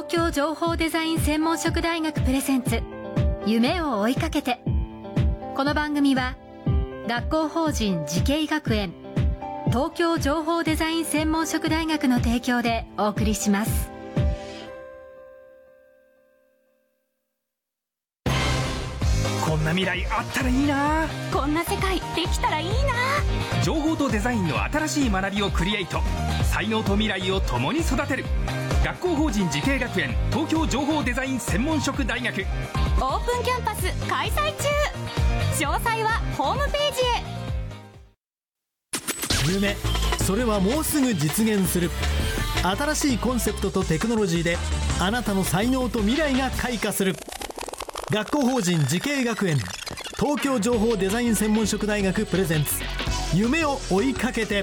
東京情報デザイン専門職大学プレゼンツ夢を追いかけて。この番組は学校法人慈恵学園、東京情報デザイン専門職大学の提供でお送りします。 こんな未来あったらいいな、 こんな世界できたらいいな。 情報とデザインの新しい学びをクリエイト、才能と未来を共に育てる学校法人慈恵学園東京情報デザイン専門職大学、 オープンキャンパス開催中。詳細はホームページへ。 夢、それはもうすぐ実現する。新しいコンセプトとテクノロジーであなたの才能と未来が開花する。学校法人慈恵学園東京情報デザイン専門職大学プレゼンツ夢を追いかけて。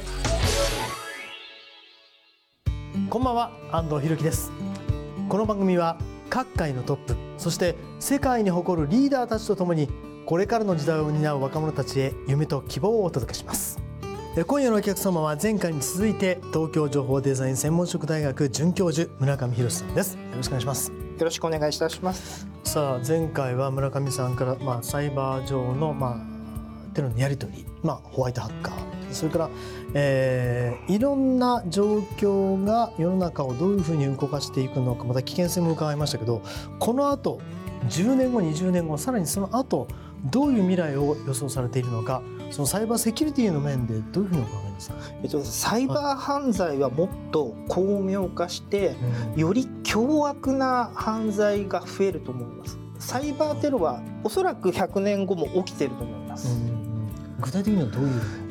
こんばんは、安藤裕樹です。この番組は各界のトップ、そして世界に誇るリーダーたちとともにこれからの時代を担う若者たちへ夢と希望をお届けします。今夜のお客様は前回に続いて東京情報デザイン専門職大学准教授村上博さんです。よろしくお願いします。 よろしくお願いいたします。 さあ、前回は村上さんから、サイバー上の、テロのやり取り、ホワイトハッカー、それから、いろんな状況が世の中をどういうふうに動かしていくのか、また危険性も伺いましたけど、この後10年後20年後、さらにその後どういう未来を予想されているのか、そのサイバーセキュリティの面でどういうふうにお考えですか？ サイバー犯罪はもっと巧妙化して、より凶悪な犯罪が増えると思います。サイバーテロはおそらく100年後も起きていると思います。 具体的にはどういう？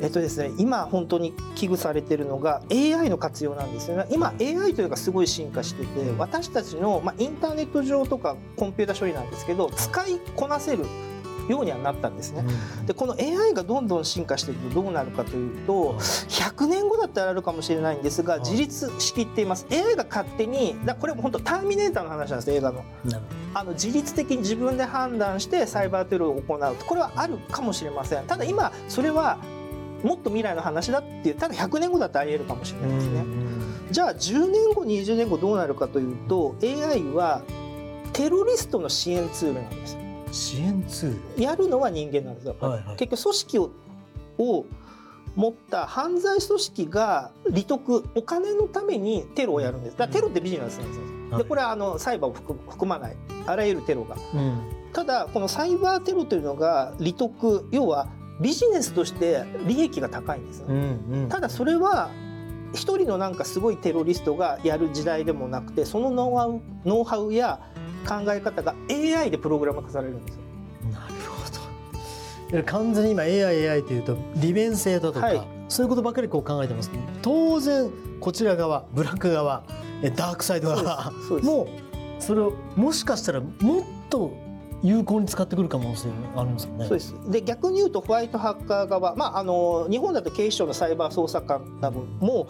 ですね、今本当に危惧されているのが AI の活用なんですよね。今 AI というのがすごい進化してて、私たちの、インターネット上とかコンピュータ処理なんですけど、使いこなせるようにはなったんですね。でこの AI がどんどん進化していくとどうなるかというと、100年後だったらあるかもしれないんですが、自律しきっています。 AI が勝手に、これも本当ターミネーターの話なんです。映画の自律的に自分で判断してサイバーテロを行う、これはあるかもしれません。ただ今それはもっと未来の話だっていう、ただ100年後だってあり得るかもしれないですね。じゃあ10年後20年後どうなるかというと、 AI はテロリストの支援ツールなんです。 支援ツールやるのは人間なんですよ。結局組織を持った犯罪組織が利得、お金のためにテロをやるんです。だからテロってビジネスなんですよ。でこれはサイバーを含まないあらゆるテロが、ただこのサイバーテロというのが利得、要はビジネスとして利益が高いんです、ただそれは一人のすごいテロリストがやる時代でもなくて、そのノウハウや考え方が AI でプログラム化されるんですよ。 なるほど。完全に今 AI というと利便性だとか、そういうことばかり考えてますね。当然こちら側、ブラック側、ダークサイド側もそれをもしかしたらもっと有効に使ってくる可能性があるんですよね。 そうです。で逆に言うとホワイトハッカー側、日本だと警視庁のサイバー捜査官なども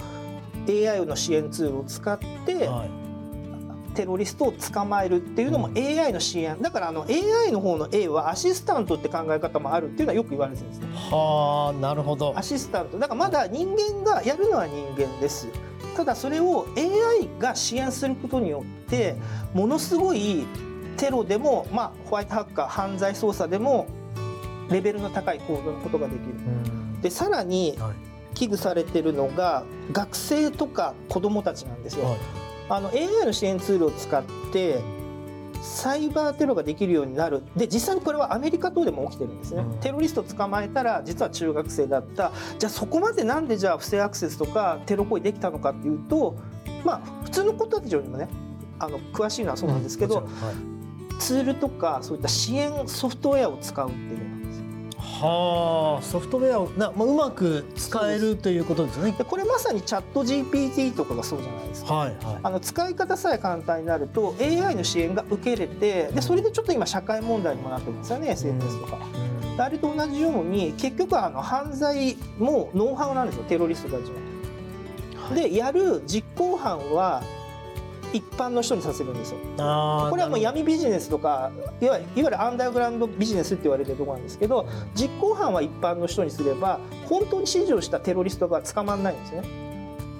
AI の支援ツールを使って、テロリストを捕まえるっていうのも AI の支援だから、AI の方の A はアシスタントって考え方もあるっていうのはよく言われてるんですね。 はあ、なるほど。 アシスタントだからまだ人間がやるのは人間です。ただそれを AI が支援することによってものすごいテロでも、ホワイトハッカー犯罪捜査でもレベルの高い行動のことができる。でさらに危惧されているのが学生とか子どもたちなんですよ。AI の支援ツールを使ってサイバーテロができるようになる。で実際にこれはアメリカ等でも起きてるんですね。テロリストを捕まえたら実は中学生だった。じゃあそこまでなんでじゃあ不正アクセスとかテロ行為できたのかっていうと、普通の子たちよりもね詳しいのはそうなんですけど、ツールとかそういった支援ソフトウェアを使うっていうのなんですよ。 はあ、ソフトウェアをうまく使えるということですね。 でこれまさにチャット GPT とかがそうじゃないですか。使い方さえ簡単になると AI の支援が受けれて、でそれでちょっと今社会問題にもなってますよね、SNS とか。あれと同じように結局は犯罪もノウハウなんですよ、テロリストたちは。でやる実行犯は一般の人にさせるんですよ。これはもう闇ビジネスとかいわゆるアンダーグラウンドビジネスって言われてるところなんですけど、実行犯は一般の人にすれば本当に指示をしたテロリストが捕まらないんですね。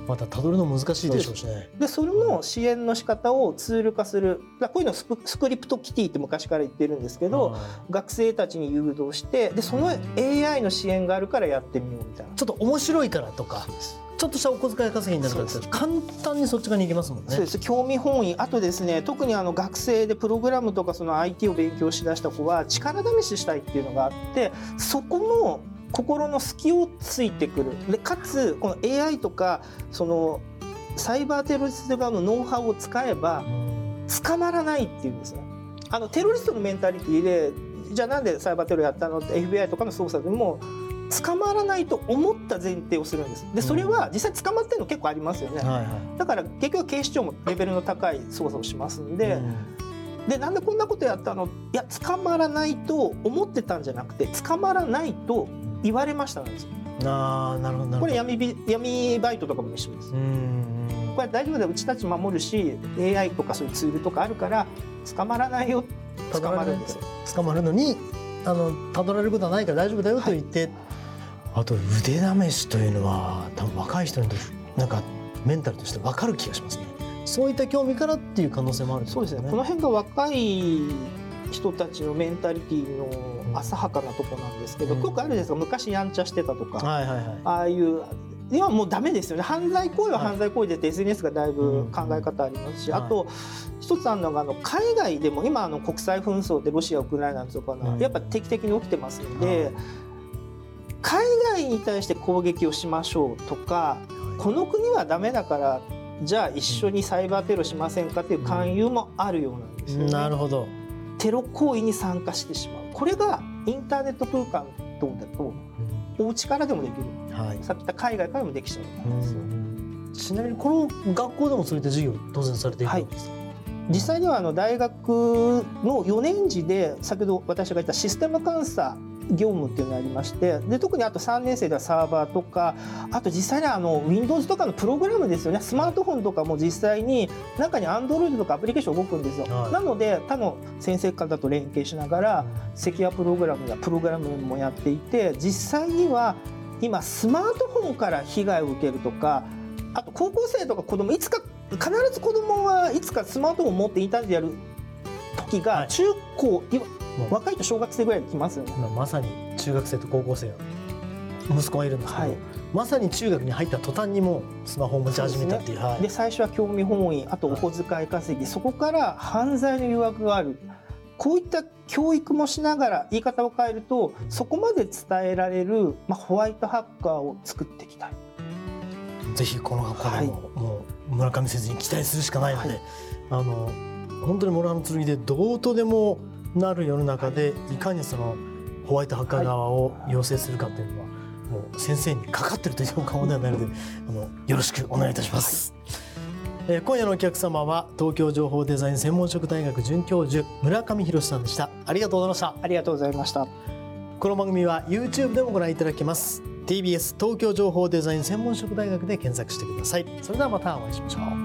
またたどるの難しいでしょうしね。 でそれの支援の仕方をツール化する、こういうのをスクリプトキティって昔から言ってるんですけど、学生たちに誘導して、でその AI の支援があるからやってみようみたいな。 ちょっと面白いからとか、ちょっとしたお小遣い稼ぎになるからって簡単にそっち側に行けますもんね。 そうです。興味本位、あとですね、特に学生でプログラムとかその IT を勉強しだした子は力試ししたいっていうのがあって、そこの心の隙をついてくる。でかつこの AI とかそのサイバーテロリスト側のノウハウを使えば捕まらないっていうんですね。テロリストのメンタリティで、じゃあなんでサイバーテロやったのって FBI とかの捜査でも捕まらないと思った前提をするんです。でそれは実際捕まってるの結構ありますよね。だから結局警視庁もレベルの高い捜査をしますんで、でなんでこんなことやったの、いや捕まらないと思ってたんじゃなくて捕まらないと言われましたなんですよ。 なるほど。 これ闇バイトとかも一緒です。これ大丈夫だよ、うちたち守るし AI とかそういうツールとかあるから捕まらないよ、捕まるんですよ。 捕まるのにたどられることはないから大丈夫だよと言って、あと腕試しというのは多分若い人にとってなんかメンタルとして分かる気がしますね。そういった興味からっていう可能性もあるんですね。 そうですね。この辺が若い人たちのメンタリティの浅はかなとこなんですけど、よくあるんですが、昔やんちゃしてたとか、ああいう今もうダメですよね。犯罪行為は犯罪行為でって SNS がだいぶ考え方ありますし、あと一つあるのが海外でも今国際紛争でロシアウクライナとかやっぱ定期的に起きてますので、海外に対して攻撃をしましょうとか、この国はダメだからじゃあ一緒にサイバーテロしませんかっていう勧誘もあるようなんですよね。 なるほど。 テロ行為に参加してしまう。これがインターネット空間等だとお家からでもできる、さっき言った海外からもできちゃうんですよ。 ちなみにこの学校でもそういった授業当然されているんですか？ 実際には大学の4年次で先ほど私が言ったシステム監査業務っていうのがありまして、で特にあと3年生ではサーバーとか、あと実際にWindows とかのプログラムですよね。スマートフォンとかも実際に中に Android とかアプリケーション動くんですよ。なので他の先生方と連携しながらセキュアプログラムやプログラムもやっていて、実際には今スマートフォンから被害を受けるとか、あと高校生とか子供、いつか必ず子供はいつかスマートフォンを持ってインターネットやる時が中高、若いと小学生ぐらいで来ますよね。 まさに中学生と高校生の息子がいるんですけど、まさに中学に入った途端にもうスマホを持ち始めたっていう。 で最初は興味本位、あとお小遣い稼ぎ、そこから犯罪の誘惑がある。こういった教育もしながら、言い方を変えるとそこまで伝えられる、ホワイトハッカーを作っていきたい。 ぜひこの学校でも、もう村上先生に期待するしかないので、本当にモラルの剣でどうとでもなる世の中でいかにそのホワイトハッカー側を養成するかというのは、もう先生にかかっていると言っても過言ではないので、よろしくお願いいたします。今夜のお客様は東京情報デザイン専門職大学准教授村上博さんでした。ありがとうございました。 ありがとうございました。 この番組は YouTube でもご覧いただけます。 TBS 東京情報デザイン専門職大学で検索してください。それではまたお会いしましょう。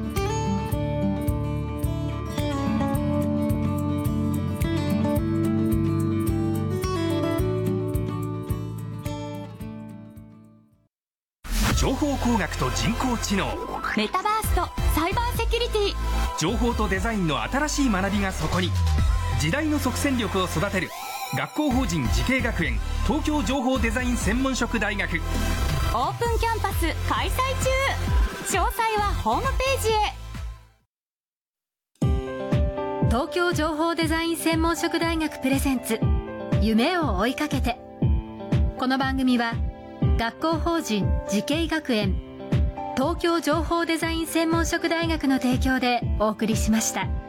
情報工学と人工知能、 メタバースとサイバーセキュリティ、 情報とデザインの新しい学びがそこに。時代の即戦力を育てる学校法人慈恵学園東京情報デザイン専門職大学。 オープンキャンパス開催中。詳細はホームページへ。 東京情報デザイン専門職大学プレゼンツ、夢を追いかけて。この番組は学校法人慈恵学園東京情報デザイン専門職大学の提供でお送りしました。